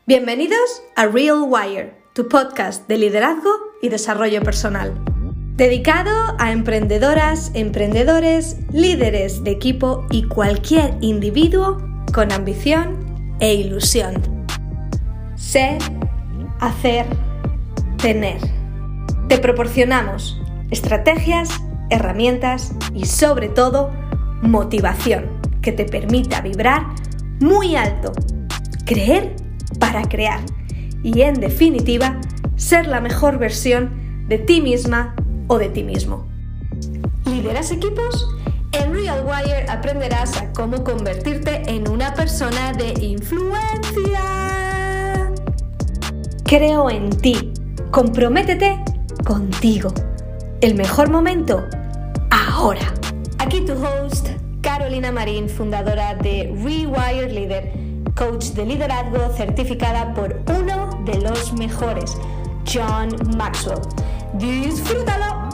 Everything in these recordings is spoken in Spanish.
Bienvenidos a Real Wire, tu podcast de liderazgo y desarrollo personal. Dedicado a emprendedoras, emprendedores, líderes de equipo y cualquier individuo con ambición e ilusión. Ser, hacer, tener. Te proporcionamos estrategias, herramientas y sobre todo motivación que te permita vibrar muy alto, creer para crear y en definitiva ser la mejor versión de ti misma o de ti mismo. ¿Lideras equipos? En Real Wire aprenderás a cómo convertirte en una persona de influencia. Creo en ti. Comprométete contigo. El mejor momento, ahora. Aquí tu host, Carolina Marín, fundadora de Rewire Leader, coach de liderazgo certificada por uno de los mejores, John Maxwell. ¡Disfrútalo!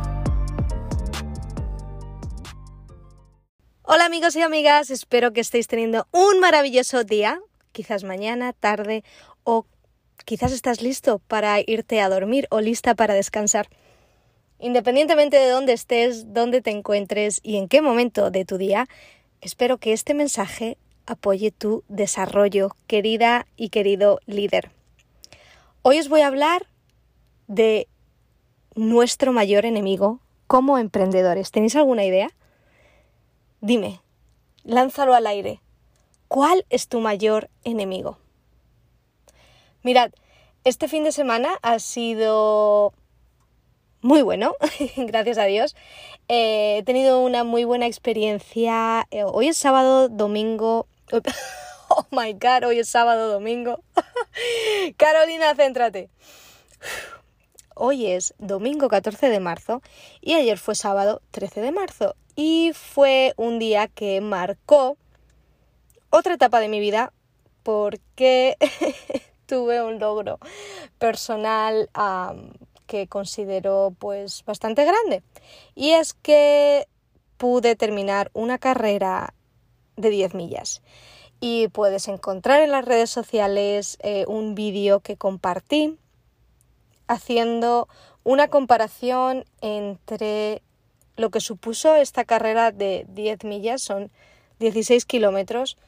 Hola amigos y amigas, espero que estéis teniendo un maravilloso día, quizás mañana, tarde o quizás estás listo para irte a dormir o lista para descansar. Independientemente de dónde estés, dónde te encuentres y en qué momento de tu día, espero que este mensaje apoye tu desarrollo, querida y querido líder. Hoy os voy a hablar de nuestro mayor enemigo como emprendedores. ¿Tenéis alguna idea? Dime, lánzalo al aire. ¿Cuál es tu mayor enemigo? Mirad, este fin de semana ha sido muy bueno, gracias a Dios. He tenido una muy buena experiencia. Hoy es sábado, domingo. Oh my God, hoy es sábado, domingo. Carolina, céntrate. Hoy es domingo 14 de marzo y ayer fue sábado 13 de marzo. Y fue un día que marcó otra etapa de mi vida porque tuve un logro personal que considero pues bastante grande. Y es que pude terminar una carrera de 10 millas. Y puedes encontrar en las redes sociales un vídeo que compartí haciendo una comparación entre lo que supuso esta carrera de 10 millas, son 16 kilómetros,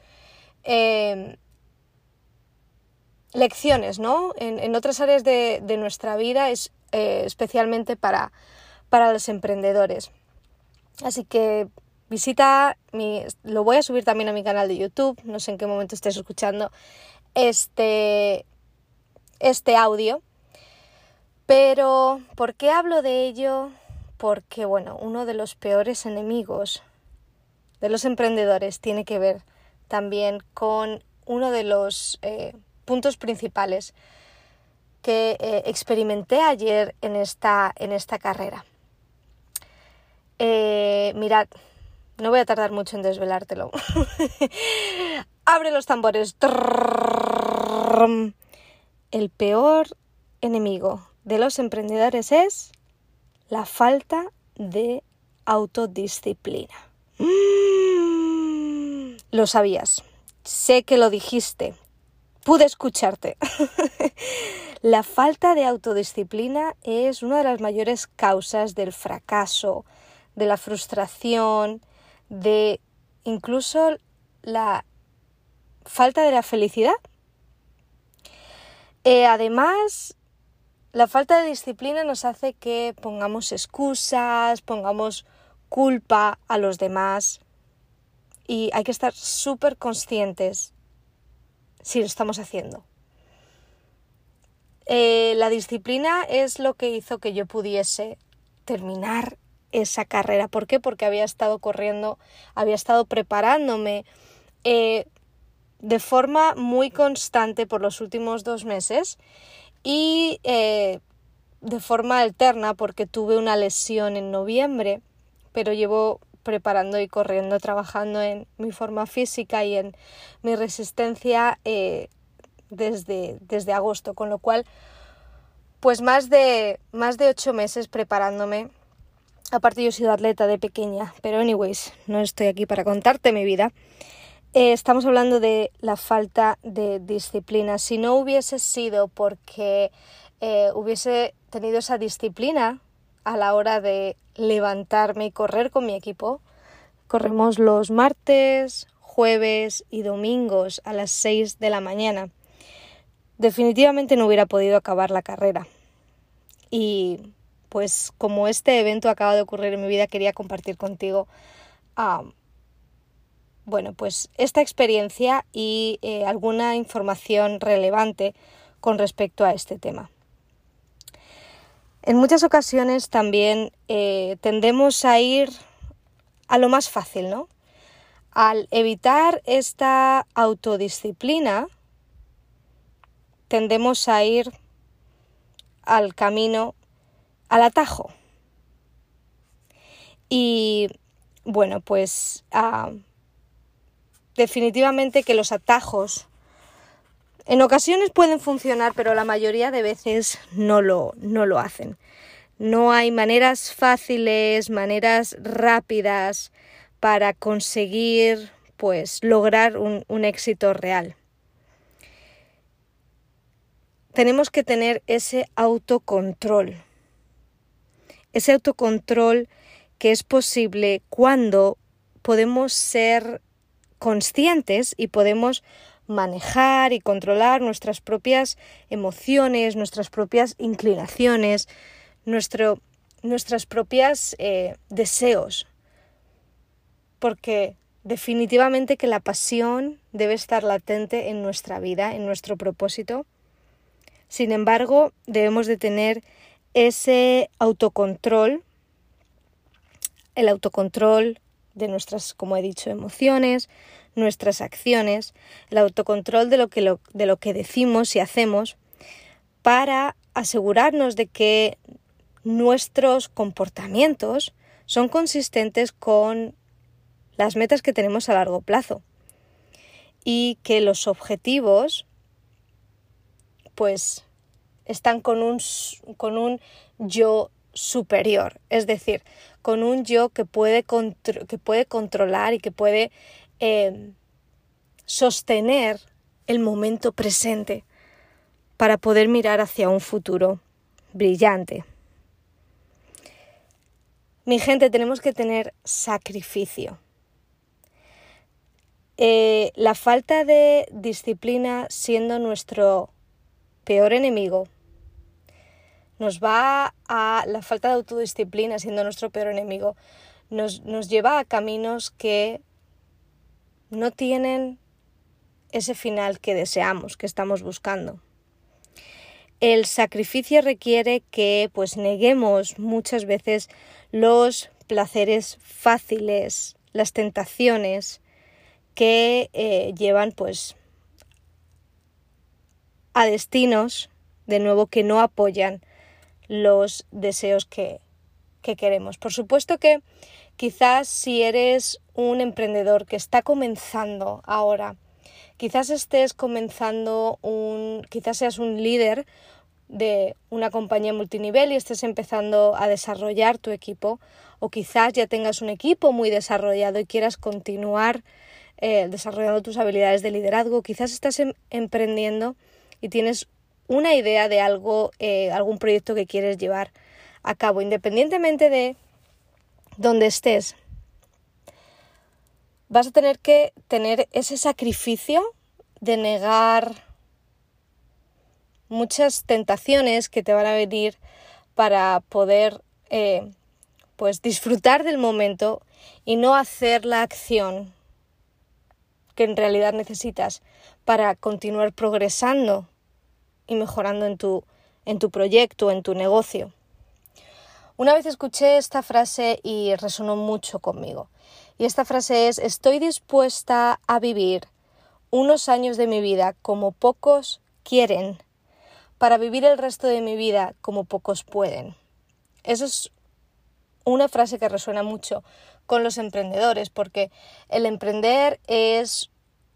lecciones, ¿no? En otras áreas de nuestra vida, es especialmente para los emprendedores. Así que lo voy a subir también a mi canal de YouTube, no sé en qué momento estés escuchando este audio. Pero, ¿por qué hablo de ello? Porque, uno de los peores enemigos de los emprendedores tiene que ver también con uno de los puntos principales que experimenté ayer en esta carrera. Mirad, no voy a tardar mucho en desvelártelo. Abre los tambores. El peor enemigo de los emprendedores es la falta de autodisciplina. Lo sabías. Sé que lo dijiste. Pude escucharte. La falta de autodisciplina es una de las mayores causas del fracaso, de la frustración, de incluso la falta de la felicidad. Además, la falta de disciplina nos hace que pongamos excusas, pongamos culpa a los demás y hay que estar súper conscientes si lo estamos haciendo. La disciplina es lo que hizo que yo pudiese terminar esa carrera. ¿Por qué? Porque había estado corriendo, había estado preparándome de forma muy constante por los últimos 2 meses y de forma alterna porque tuve una lesión en noviembre, pero llevo preparando y corriendo, trabajando en mi forma física y en mi resistencia desde agosto, con lo cual pues más de 8 meses preparándome. Aparte yo he sido atleta de pequeña, pero anyways, no estoy aquí para contarte mi vida. Estamos hablando de la falta de disciplina. Si no hubiese sido porque hubiese tenido esa disciplina a la hora de levantarme y correr con mi equipo, corremos los martes, jueves y domingos a las 6 de la mañana. Definitivamente no hubiera podido acabar la carrera. Y pues como este evento acaba de ocurrir en mi vida, quería compartir contigo pues esta experiencia y alguna información relevante con respecto a este tema. En muchas ocasiones también tendemos a ir a lo más fácil, ¿no? Al evitar esta autodisciplina, tendemos a ir al camino, al atajo. Y bueno, pues definitivamente que los atajos en ocasiones pueden funcionar, pero la mayoría de veces no lo hacen. No hay maneras fáciles, maneras rápidas para conseguir pues lograr un éxito real. Tenemos que tener ese autocontrol que es posible cuando podemos ser conscientes y podemos manejar y controlar nuestras propias emociones, nuestras propias inclinaciones, nuestras propias deseos. Porque definitivamente que la pasión debe estar latente en nuestra vida, en nuestro propósito. Sin embargo, debemos de tener ese autocontrol, el autocontrol de nuestras, como he dicho, emociones, nuestras acciones, el autocontrol de lo que decimos y hacemos para asegurarnos de que nuestros comportamientos son consistentes con las metas que tenemos a largo plazo y que los objetivos pues están con un yo superior, es decir, con un yo que puede controlar y que puede sostener el momento presente para poder mirar hacia un futuro brillante. Mi gente, tenemos que tener sacrificio. La falta de disciplina, siendo nuestro peor enemigo, la falta de autodisciplina, siendo nuestro peor enemigo, nos lleva a caminos que no tienen ese final que deseamos, que estamos buscando. El sacrificio requiere que pues neguemos muchas veces los placeres fáciles, las tentaciones que llevan pues a destinos, de nuevo, que no apoyan los deseos que queremos. Por supuesto que quizás si eres un emprendedor que está comenzando ahora, quizás seas un líder de una compañía multinivel y estés empezando a desarrollar tu equipo, o quizás ya tengas un equipo muy desarrollado y quieras continuar desarrollando tus habilidades de liderazgo, quizás estás emprendiendo y tienes una idea de algo, algún proyecto que quieres llevar a cabo, independientemente de donde estés. Vas a tener que tener ese sacrificio de negar muchas tentaciones que te van a venir para poder pues disfrutar del momento y no hacer la acción que en realidad necesitas para continuar progresando y mejorando en tu proyecto, en tu negocio. Una vez escuché esta frase y resonó mucho conmigo. Y esta frase es: estoy dispuesta a vivir unos años de mi vida como pocos quieren, para vivir el resto de mi vida como pocos pueden. Eso es una frase que resuena mucho con los emprendedores, porque el emprender es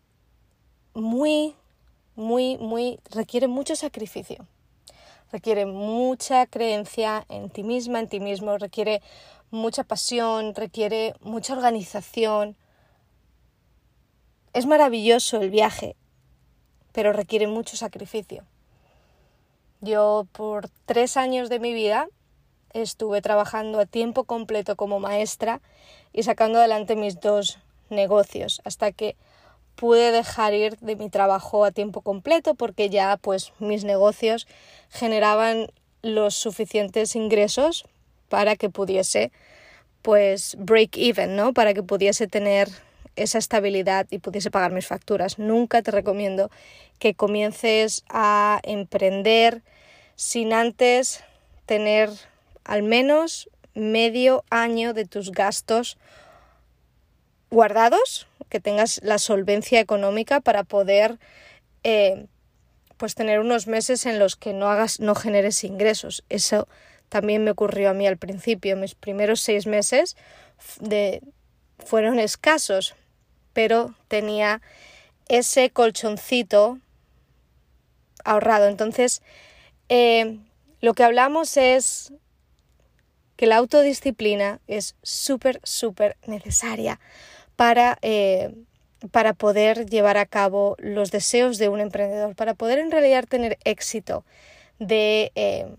requiere mucho sacrificio, requiere mucha creencia en ti misma, en ti mismo, requiere mucha pasión, requiere mucha organización Es maravilloso el viaje, pero requiere mucho sacrificio. Yo por 3 años de mi vida estuve trabajando a tiempo completo como maestra y sacando adelante mis 2 negocios hasta que pude dejar ir de mi trabajo a tiempo completo porque ya pues mis negocios generaban los suficientes ingresos para que pudiese pues break even, ¿no? Para que pudiese tener esa estabilidad y pudiese pagar mis facturas. Nunca te recomiendo que comiences a emprender sin antes tener al menos medio año de tus gastos guardados, que tengas la solvencia económica para poder pues tener unos meses en los que no generes ingresos. Eso también me ocurrió a mí al principio. Mis primeros 6 meses fueron escasos, pero tenía ese colchoncito ahorrado. Entonces, lo que hablamos es que la autodisciplina es súper necesaria para poder llevar a cabo los deseos de un emprendedor, para poder en realidad tener éxito desde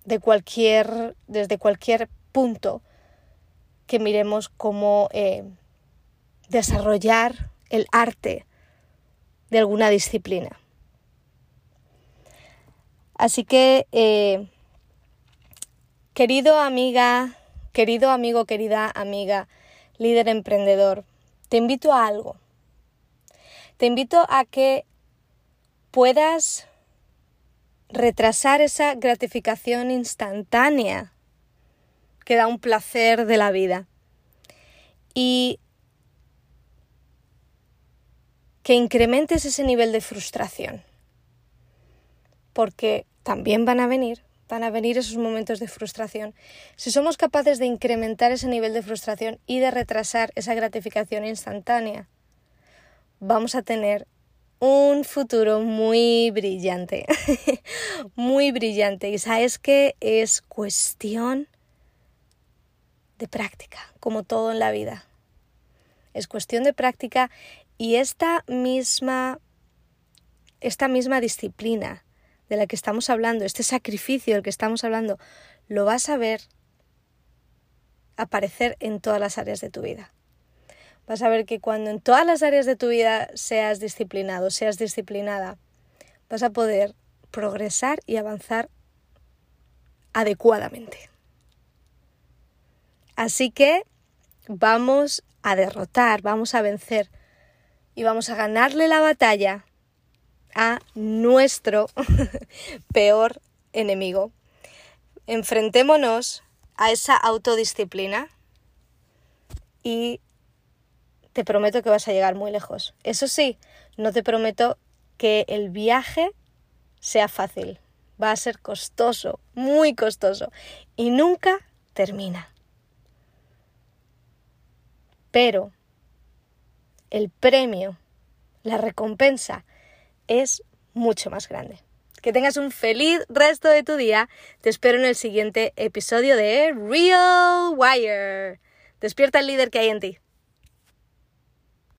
cualquier punto que miremos cómo desarrollar el arte de alguna disciplina. Así que, querido amigo, querida amiga, líder emprendedor, te invito a algo. Te invito a que puedas retrasar esa gratificación instantánea que da un placer de la vida y que incrementes ese nivel de frustración, porque también van a venir esos momentos de frustración. Si somos capaces de incrementar ese nivel de frustración y de retrasar esa gratificación instantánea, vamos a tener un futuro muy brillante, muy brillante. Y sabes que es cuestión de práctica, como todo en la vida. Es cuestión de práctica y esta misma disciplina de la que estamos hablando, este sacrificio del que estamos hablando, lo vas a ver aparecer en todas las áreas de tu vida. Vas a ver que cuando en todas las áreas de tu vida seas disciplinado, seas disciplinada, vas a poder progresar y avanzar adecuadamente. Así que vamos a derrotar, vamos a vencer y vamos a ganarle la batalla a nuestro peor enemigo. Enfrentémonos a esa autodisciplina y te prometo que vas a llegar muy lejos. Eso sí, no te prometo que el viaje sea fácil. Va a ser costoso, muy costoso y nunca termina. Pero el premio, la recompensa, es mucho más grande. Que tengas un feliz resto de tu día. Te espero en el siguiente episodio de Real Wire. Despierta el líder que hay en ti.